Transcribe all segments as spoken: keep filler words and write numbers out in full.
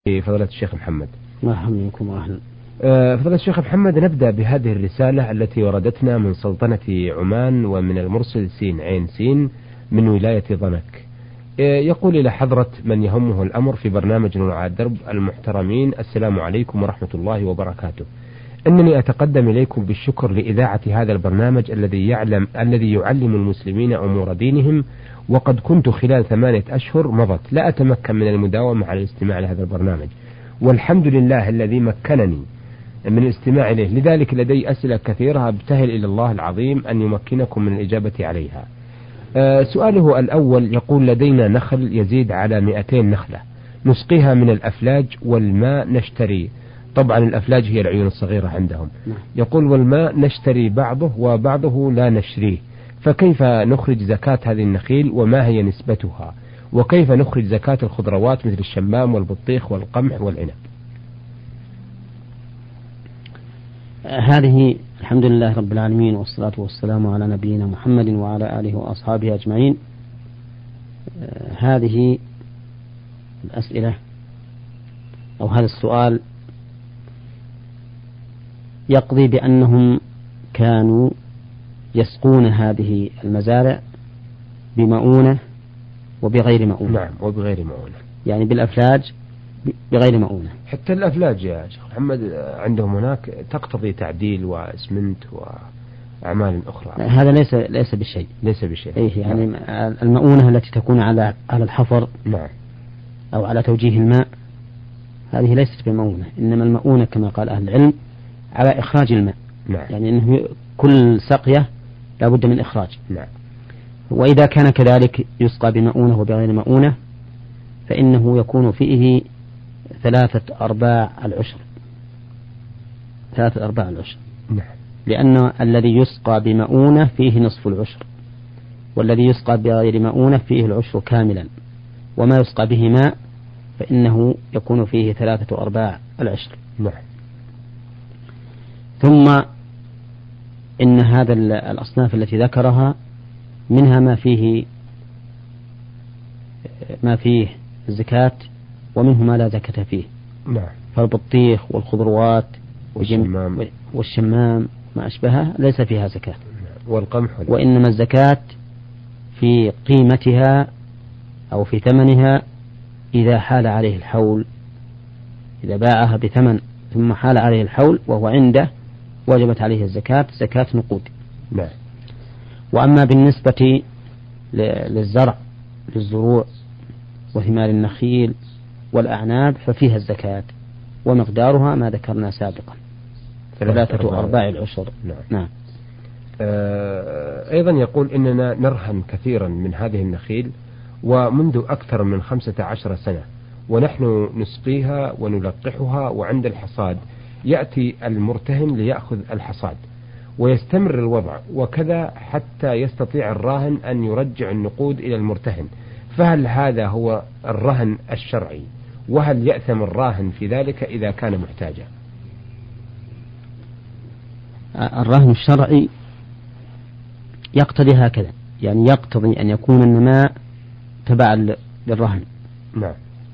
فضيلة الشيخ محمد. مرحبا بكم وأهلا. فضيلة الشيخ محمد، نبدأ بهذه الرسالة التي وردتنا من سلطنة عمان ومن المرسل سين عين سين من ولاية ضنك. يقول إلى حضرة من يهمه الأمر في برنامج نور على الدرب المحترمين: السلام عليكم ورحمة الله وبركاته. إنني أتقدم إليكم بالشكر لإذاعة هذا البرنامج الذي يعلم الذي يعلم المسلمين أمور دينهم، وقد كنت خلال ثمانية أشهر مضت لا أتمكن من المداومة على الاستماع لهذا البرنامج، والحمد لله الذي مكنني من الاستماع إليه. لذلك لدي أسئلة كثيرة أبتهل إلى الله العظيم أن يمكنكم من الإجابة عليها. أه سؤاله الأول يقول: لدينا نخل يزيد على مئتين نخلة، نسقيها من الأفلاج والماء نشتري، طبعا الأفلاج هي العيون الصغيرة عندهم. يقول: والماء نشتري بعضه وبعضه لا نشريه، فكيف نخرج زكاة هذه النخيل وما هي نسبتها؟ وكيف نخرج زكاة الخضروات مثل الشمام والبطيخ والقمح والعنب؟ هذه الحمد لله رب العالمين، والصلاة والسلام على نبينا محمد وعلى آله وأصحابه أجمعين. هذه الأسئلة أو هذا السؤال يقضي بأنهم كانوا يسقون هذه المزارع بمؤونة وبغير مؤونة. نعم، وبغير مؤونة، يعني بالأفلاج بغير مؤونة. حتى الأفلاج يا شيخ محمد عندهم هناك تقتضي تعديل وإسمنت وأعمال أخرى. هذا ليس ليس بشيء. ليس بشيء. إيه يعني نعم. المؤونة التي تكون على على الحفر، نعم، أو على توجيه الماء، هذه ليست بمؤونة، إنما المؤونة كما قال أهل العلم على إخراج الماء. نعم. يعني إنه كل سقية لا بد من إخراج. نعم. وإذا كان كذلك يسقى بمؤونة وبغير مؤونة فإنه يكون فيه ثلاثة أرباع العشر. ثلاثة أرباع العشر. نعم. لأن الذي يسقى بمؤونة فيه نصف العشر، والذي يسقى بغير مؤونة فيه العشر كاملا، وما يسقى به ماء فإنه يكون فيه ثلاثة أرباع العشر. نعم. ثم إن هذا الأصناف التي ذكرها منها ما فيه ما فيه الزكاة، ومنه ما لا زكاة فيه. نعم. فالبطيخ والخضروات والشمام والشمام ما أشبهها ليس فيها زكاة. والقمح. وإنما الزكاة في قيمتها أو في ثمنها إذا حال عليه الحول، إذا باعها بثمن ثم حال عليه الحول وهو عنده وجبت عليه الزكاة، زكاة نقود. نعم. وأما بالنسبة للزرع، للزروع وثمار النخيل والأعناب ففيها الزكاة، ومقدارها ما ذكرنا سابقا، ثلاثة أرباع العشر. نعم. نعم. آه أيضا يقول: إننا نرهن كثيرا من هذه النخيل ومنذ أكثر من خمسة عشر سنة، ونحن نسقيها ونلقحها، وعند الحصاد يأتي المرتهن ليأخذ الحصاد ويستمر الوضع وكذا حتى يستطيع الراهن أن يرجع النقود إلى المرتهن، فهل هذا هو الرهن الشرعي؟ وهل يأثم الراهن في ذلك إذا كان محتاجا؟ الرهن الشرعي يقتضي هكذا، يعني يقتضي أن يكون النماء تبعا للرهن. نعم.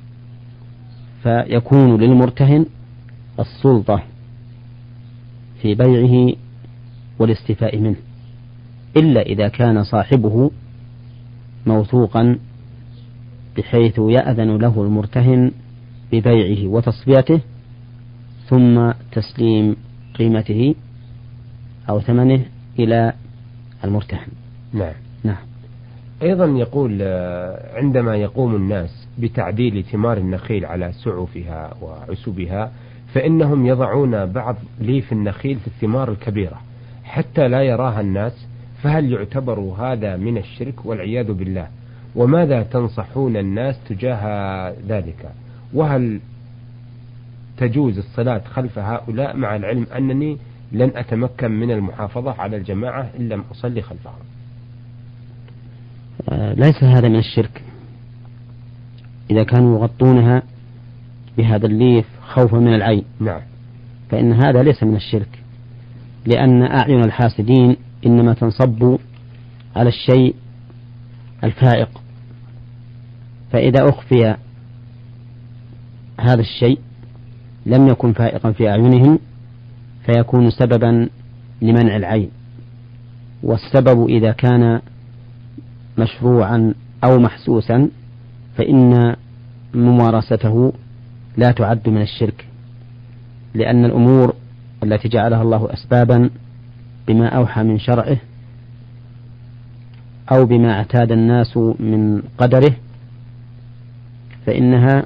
فيكون للمرتهن السلطة في بيعه والاستيفاء منه، إلا إذا كان صاحبه موثوقا بحيث يأذن له المرتهن ببيعه وتصفيته ثم تسليم قيمته أو ثمنه إلى المرتهن. نعم. نعم. أيضا يقول: عندما يقوم الناس بتعديل ثمار النخيل على سعفها وعسبها فإنهم يضعون بعض ليف النخيل في الثمار الكبيرة حتى لا يراها الناس، فهل يعتبر هذا من الشرك والعياذ بالله؟ وماذا تنصحون الناس تجاه ذلك؟ وهل تجوز الصلاة خلف هؤلاء مع العلم أنني لن أتمكن من المحافظة على الجماعة إن لم أصلي خلفهم؟ آه ليس هذا من الشرك إذا كانوا يغطونها بهذا الليف خوفا من العين. نعم. فإن هذا ليس من الشرك، لأن أعين الحاسدين إنما تنصب على الشيء الفائق، فإذا أخفي هذا الشيء لم يكن فائقا في أعينهم فيكون سببا لمنع العين. والسبب إذا كان مشروعا أو محسوسا فإن ممارسته لا تعد من الشرك، لأن الأمور التي جعلها الله أسبابا بما أوحى من شرعه أو بما اعتاد الناس من قدره فإنها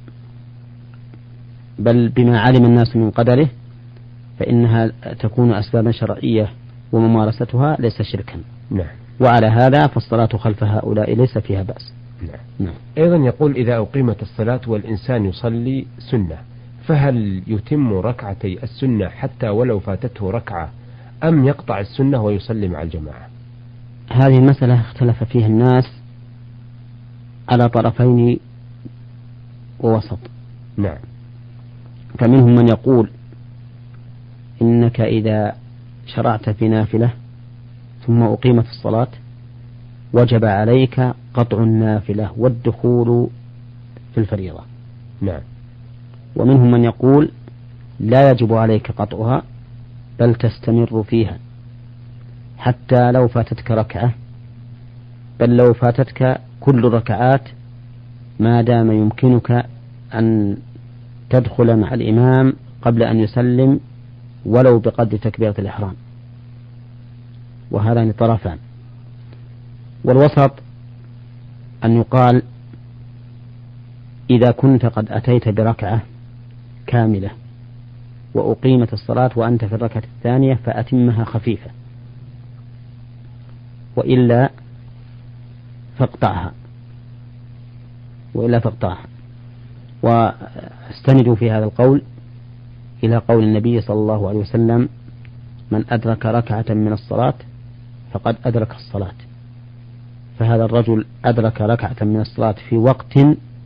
بل بما علم الناس من قدره فإنها تكون أسبابا شرعية وممارستها ليس شركا. نعم. وعلى هذا فالصلاة خلف هؤلاء ليس فيها بأس. نعم. نعم. أيضا يقول إذا أقيمت الصلاة والإنسان يصلي سنة فهل يتم ركعتي السنة حتى ولو فاتته ركعة أم يقطع السنة ويصلي مع الجماعة؟ هذه المسألة اختلف فيها الناس على طرفين ووسط. نعم. فمنهم من يقول إنك إذا شرعت في نافلة ثم أقيمت الصلاة وجب عليك قطع النافلة والدخول في الفريضة. نعم. ومنهم من يقول لا يجب عليك قطعها بل تستمر فيها حتى لو فاتتك ركعة، بل لو فاتتك كل ركعات ما دام يمكنك أن تدخل مع الإمام قبل أن يسلم ولو بقدر تكبيرة الإحرام. وهذان طرفان. والوسط أن يقال إذا كنت قد أتيت بركعة كاملة وأقيمت الصلاة وأنت في الركعة الثانية فأتمها خفيفة، وإلا فاقطعها وإلا فاقطعها واستندوا في هذا القول إلى قول النبي صلى الله عليه وسلم من أدرك ركعة من الصلاة فقد أدرك الصلاة. فهذا الرجل أدرك ركعة من الصلاة في وقت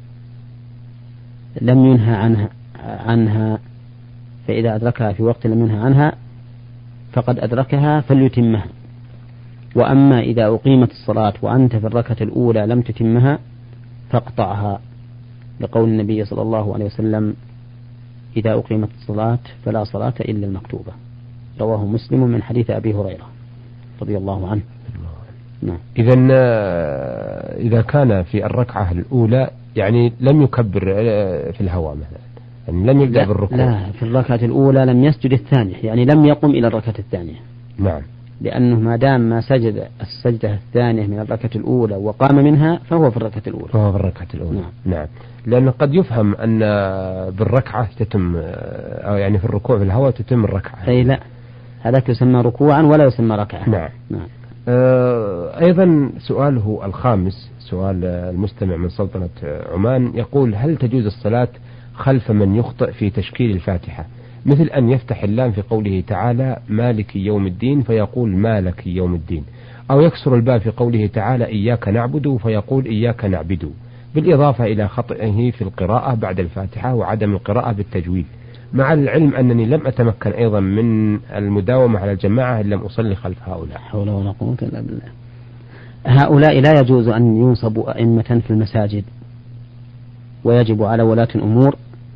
لم ينهى عنها عنها فإذا أدركها في وقت لم ينهى عنها فقد أدركها فليتمها. وأما إذا أقيمت الصلاة وأنت في الركعة الأولى لم تتمها فاقطعها، لقول النبي صلى الله عليه وسلم إذا أقيمت الصلاة فلا صلاة إلا المكتوبة، رواه مسلم من حديث أبي هريرة رضي الله عنه. نعم. إذا إذا كان في الركعة الأولى يعني لم يكبر في الهواء مثلا، يعني لم يبدأ بالركوع. لا، في الركعة الأولى لم يسجد الثانية، يعني لم يقم إلى الركعة الثانية. نعم. لأنه ما دام ما سجد السجدة الثانية من الركعة الأولى وقام منها فهو في الركعة الأولى. فهو في الركعة الأولى. نعم. نعم. لأنه قد يفهم أن بالركعة تتم أو يعني في الركوع في الهواء تتم الركعة. أي لا، هذا يسمى ركوعا ولا يسمى ركعة. نعم. نعم. آه أيضا سؤاله الخامس، سؤال المستمع من سلطنة عمان، يقول هل تجوز الصلاة خلف من يخطئ في تشكيل الفاتحة، مثل أن يفتح اللام في قوله تعالى مالك يوم الدين فيقول مالك يوم الدين، أو يكسر الباء في قوله تعالى إياك نعبد فيقول إياك نعبد، بالإضافة إلى خطئه في القراءة بعد الفاتحة وعدم القراءة بالتجويد، مع العلم أنني لم أتمكن أيضا من المداومة على الجماعة إن لم أصلي خلف هؤلاء. حول ولا قوة إلا بالله. هؤلاء لا يجوز أن ينصبوا أئمة في المساجد، ويجب على ولاة الأمور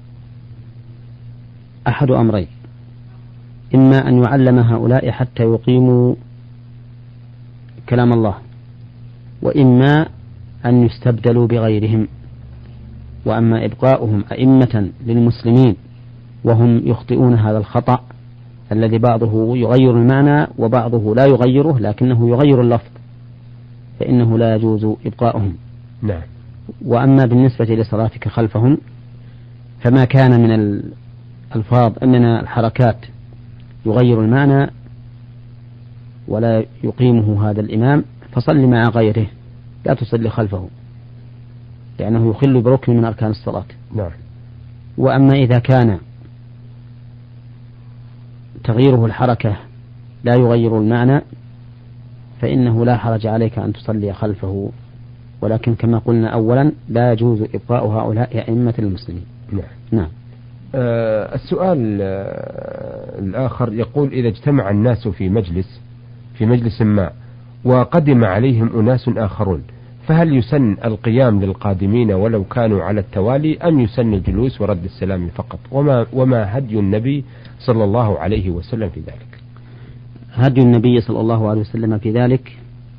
أحد أمرين: إما أن يعلم هؤلاء حتى يقيموا كلام الله، وإما أن يستبدلوا بغيرهم. وأما إبقاؤهم أئمة للمسلمين وهم يخطئون هذا الخطأ الذي بعضه يغير المعنى وبعضه لا يغيره لكنه يغير اللفظ، فإنه لا يجوز إبقاؤهم. نعم. وأما بالنسبة لصلاتك خلفهم فما كان من الألفاظ من الحركات يغير المعنى ولا يقيمه هذا الإمام فصل مع غيره، لا تصلي خلفه، لأنه يخل بركن من أركان الصلاة. نعم. وأما إذا كان تغييره الحركة لا يغير المعنى فإنه لا حرج عليك أن تصلي خلفه، ولكن كما قلنا أولا لا يجوز إبقاء هؤلاء أئمة المسلمين. نعم. نعم. آه السؤال آه الآخر يقول إذا اجتمع الناس في مجلس في مجلس ما وقدم عليهم أناس آخرون فهل يسن القيام للقادمين ولو كانوا على التوالي أم يسن الجلوس ورد السلام فقط؟ وما, وما هدي النبي صلى الله عليه وسلم في ذلك؟ هدي النبي صلى الله عليه وسلم في ذلك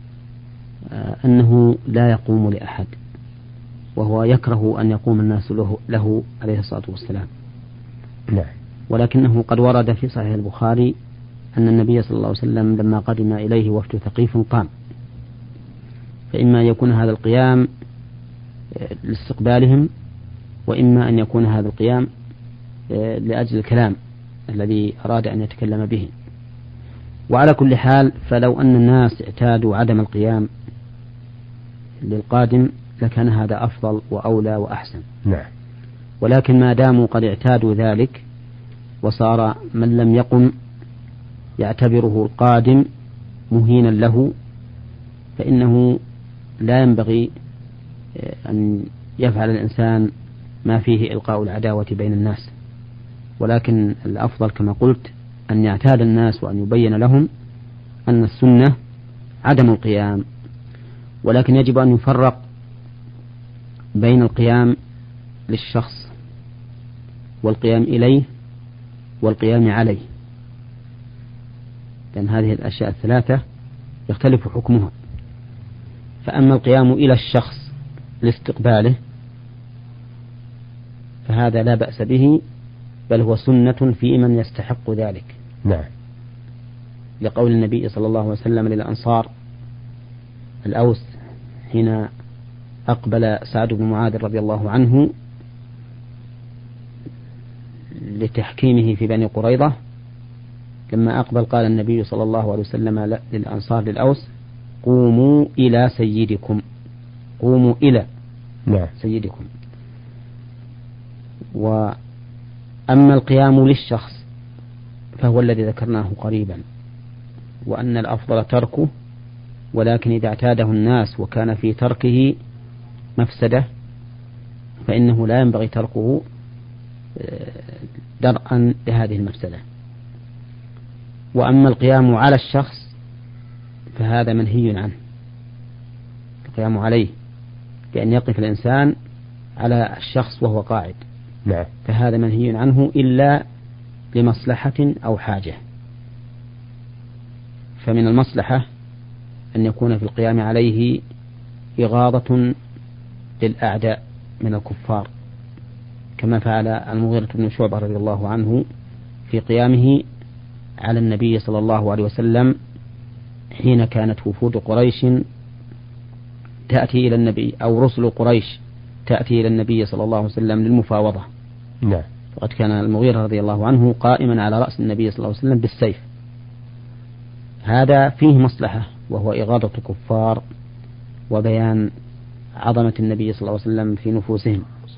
أنه لا يقوم لأحد، وهو يكره أن يقوم الناس له, له عليه الصلاة والسلام. نعم. ولكنه قد ورد في صحيح البخاري أن النبي صلى الله عليه وسلم لما قدم إليه وفد ثقيف قام، فإما أن يكون هذا القيام لاستقبالهم، وإما أن يكون هذا القيام لأجل الكلام الذي أراد أن يتكلم به. وعلى كل حال فلو أن الناس اعتادوا عدم القيام للقادم لكان هذا أفضل وأولى وأحسن. نعم. ولكن ما داموا قد اعتادوا ذلك وصار من لم يقم يعتبره القادم مهينا له، فإنه لا ينبغي أن يفعل الإنسان ما فيه إلقاء العداوة بين الناس، ولكن الأفضل كما قلت أن يعتاد الناس وأن يبين لهم أن السنة عدم القيام. ولكن يجب أن يفرق بين القيام للشخص والقيام إليه والقيام عليه، لأن هذه الأشياء الثلاثة يختلف حكمها. فأما القيام إلى الشخص لاستقباله فهذا لا بأس به، بل هو سنة في من يستحق ذلك. نعم. لقول النبي صلى الله عليه وسلم للأنصار الأوس حين أقبل سعد بن معاذ رضي الله عنه لتحكيمه في بني قريظة، لما أقبل قال النبي صلى الله عليه وسلم للأنصار للأوس: قوموا إلى سيدكم، قوموا إلى نعم. سيدكم. وأما القيام للشخص فهو الذي ذكرناه قريبا، وأن الأفضل تركه، ولكن إذا اعتاده الناس وكان في تركه مفسدة فإنه لا ينبغي تركه درءا لهذه المفسدة. وأما القيام على الشخص فهذا منهي عنه، القيام عليه بأن يقف الإنسان على الشخص وهو قاعد. نعم. فهذا منهي عنه إلا لمصلحة أو حاجة. فمن المصلحة أن يكون في القيام عليه إغاظة للأعداء من الكفار، كما فعل المغيرة بن شعبة رضي الله عنه في قيامه على النبي صلى الله عليه وسلم حين كانت وفود قريش تأتي إلى النبي أو رسل قريش تأتي إلى النبي صلى الله عليه وسلم للمفاوضة. نعم. وقد كان المغيرة رضي الله عنه قائما على رأس النبي صلى الله عليه وسلم بالسيف. هذا فيه مصلحة، وهو إغاظة الكفار وبيان عظمة النبي صلى الله عليه وسلم في نفوسهم.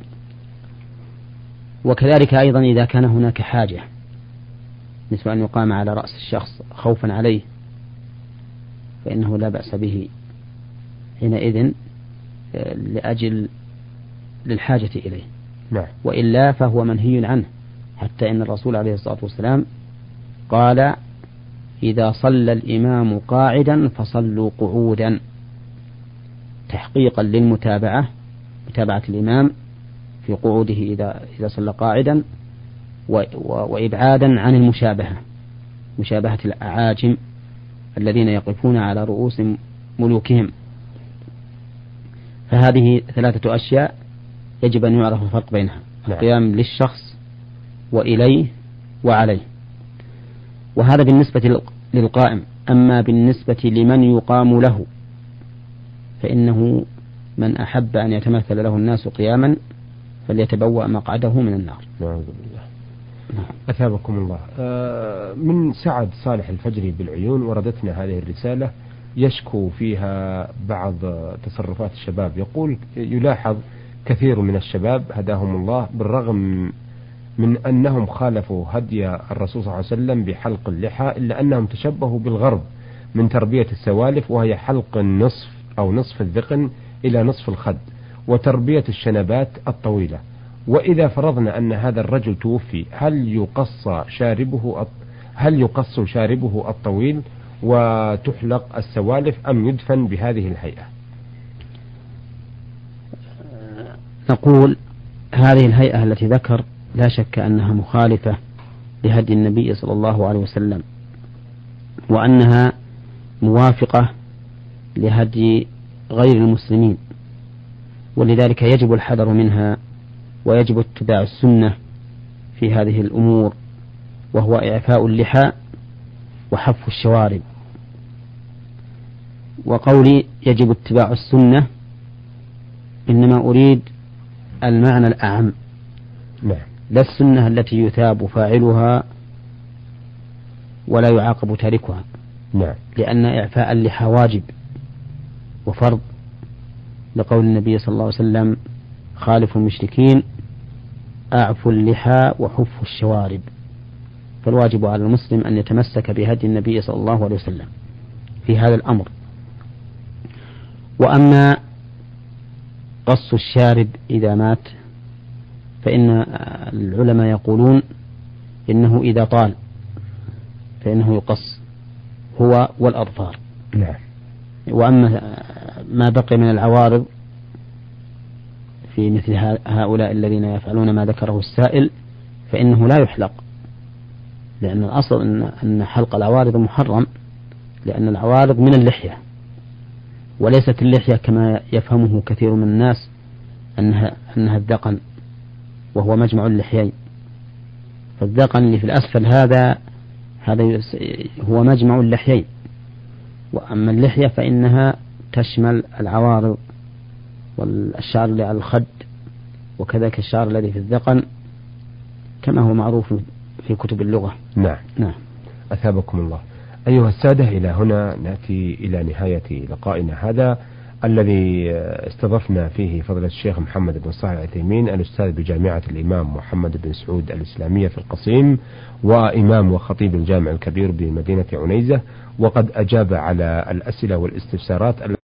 وكذلك أيضا إذا كان هناك حاجة مثل أن يقام على رأس الشخص خوفا عليه فإنه لا بأس به حينئذ لأجل للحاجة إليه. نعم. وإلا فهو منهي عنه، حتى إن الرسول عليه الصلاة والسلام قال: إذا صلى الإمام قاعدا فصلوا قعودا، تحقيقا للمتابعة، متابعة الإمام في قعوده إذا إذا صلى قاعدا، وإبعادا عن المشابهة، مشابهة الأعاجم الذين يقفون على رؤوس ملوكهم. فهذه ثلاثة أشياء يجب أن يعرف الفرق بينها: القيام للشخص وإليه وعليه. وهذا بالنسبة للقائم. أما بالنسبة لمن يقام له فإنه من أحب أن يتمثل له الناس قياما فليتبوأ مقعده من النار. نعوذ بالله. أثابكم الله. من سعد صالح الفجري بالعيون وردتنا هذه الرسالة يشكو فيها بعض تصرفات الشباب. يقول: يلاحظ كثير من الشباب هداهم الله بالرغم من أنهم خالفوا هدي الرسول صلى الله عليه وسلم بحلق اللحى، إلا أنهم تشبهوا بالغرب من تربية السوالف، وهي حلق النصف أو نصف الذقن إلى نصف الخد، وتربية الشنبات الطويلة. وإذا فرضنا أن هذا الرجل توفي، هل يقص شاربه هل يقص شاربه الطويل وتحلق السوالف، أم يدفن بهذه الهيئة؟ نقول هذه الهيئة التي ذكر لا شك أنها مخالفة لهدي النبي صلى الله عليه وسلم، وأنها موافقة لهدي غير المسلمين، ولذلك يجب الحذر منها، ويجب اتباع السنة في هذه الأمور، وهو إعفاء اللحى وحف الشوارب. وقولي يجب اتباع السنة إنما أريد المعنى الأعم، لا السنة التي يثاب فاعلها ولا يعاقب تاركها، لأن إعفاء اللحى واجب وفرض، لقول النبي صلى الله عليه وسلم خالف المشركين أعفوا اللحى وحفوا الشوارب. فالواجب على المسلم أن يتمسك بهدي النبي صلى الله عليه وسلم في هذا الأمر. وأما قص الشارب إذا مات فإن العلماء يقولون إنه إذا طال فإنه يقص هو والأظفار. نعم. وأما ما بقي من العوارض في مثل هؤلاء الذين يفعلون ما ذكره السائل فإنه لا يحلق، لأن الأصل أن حلق العوارض محرم، لأن العوارض من اللحية، وليست اللحية كما يفهمه كثير من الناس أنها, أنها الذقن، وهو مجمع اللحيين. فالذقن اللي في الأسفل هذا هذا هو مجمع اللحيين، وأما اللحية فإنها تشمل العوارض والشعر اللي على الخد، وكذلك الشعر الذي في الذقن كما هو معروف في كتب اللغة. نعم. نعم. أثابكم الله. أيها السادة، إلى هنا نأتي إلى نهاية لقائنا هذا الذي استضفنا فيه فضيلة الشيخ محمد بن صالح العثيمين، الأستاذ بجامعة الإمام محمد بن سعود الإسلامية في القصيم، وإمام وخطيب الجامع الكبير بمدينة عنيزة، وقد أجاب على الأسئلة والاستفسارات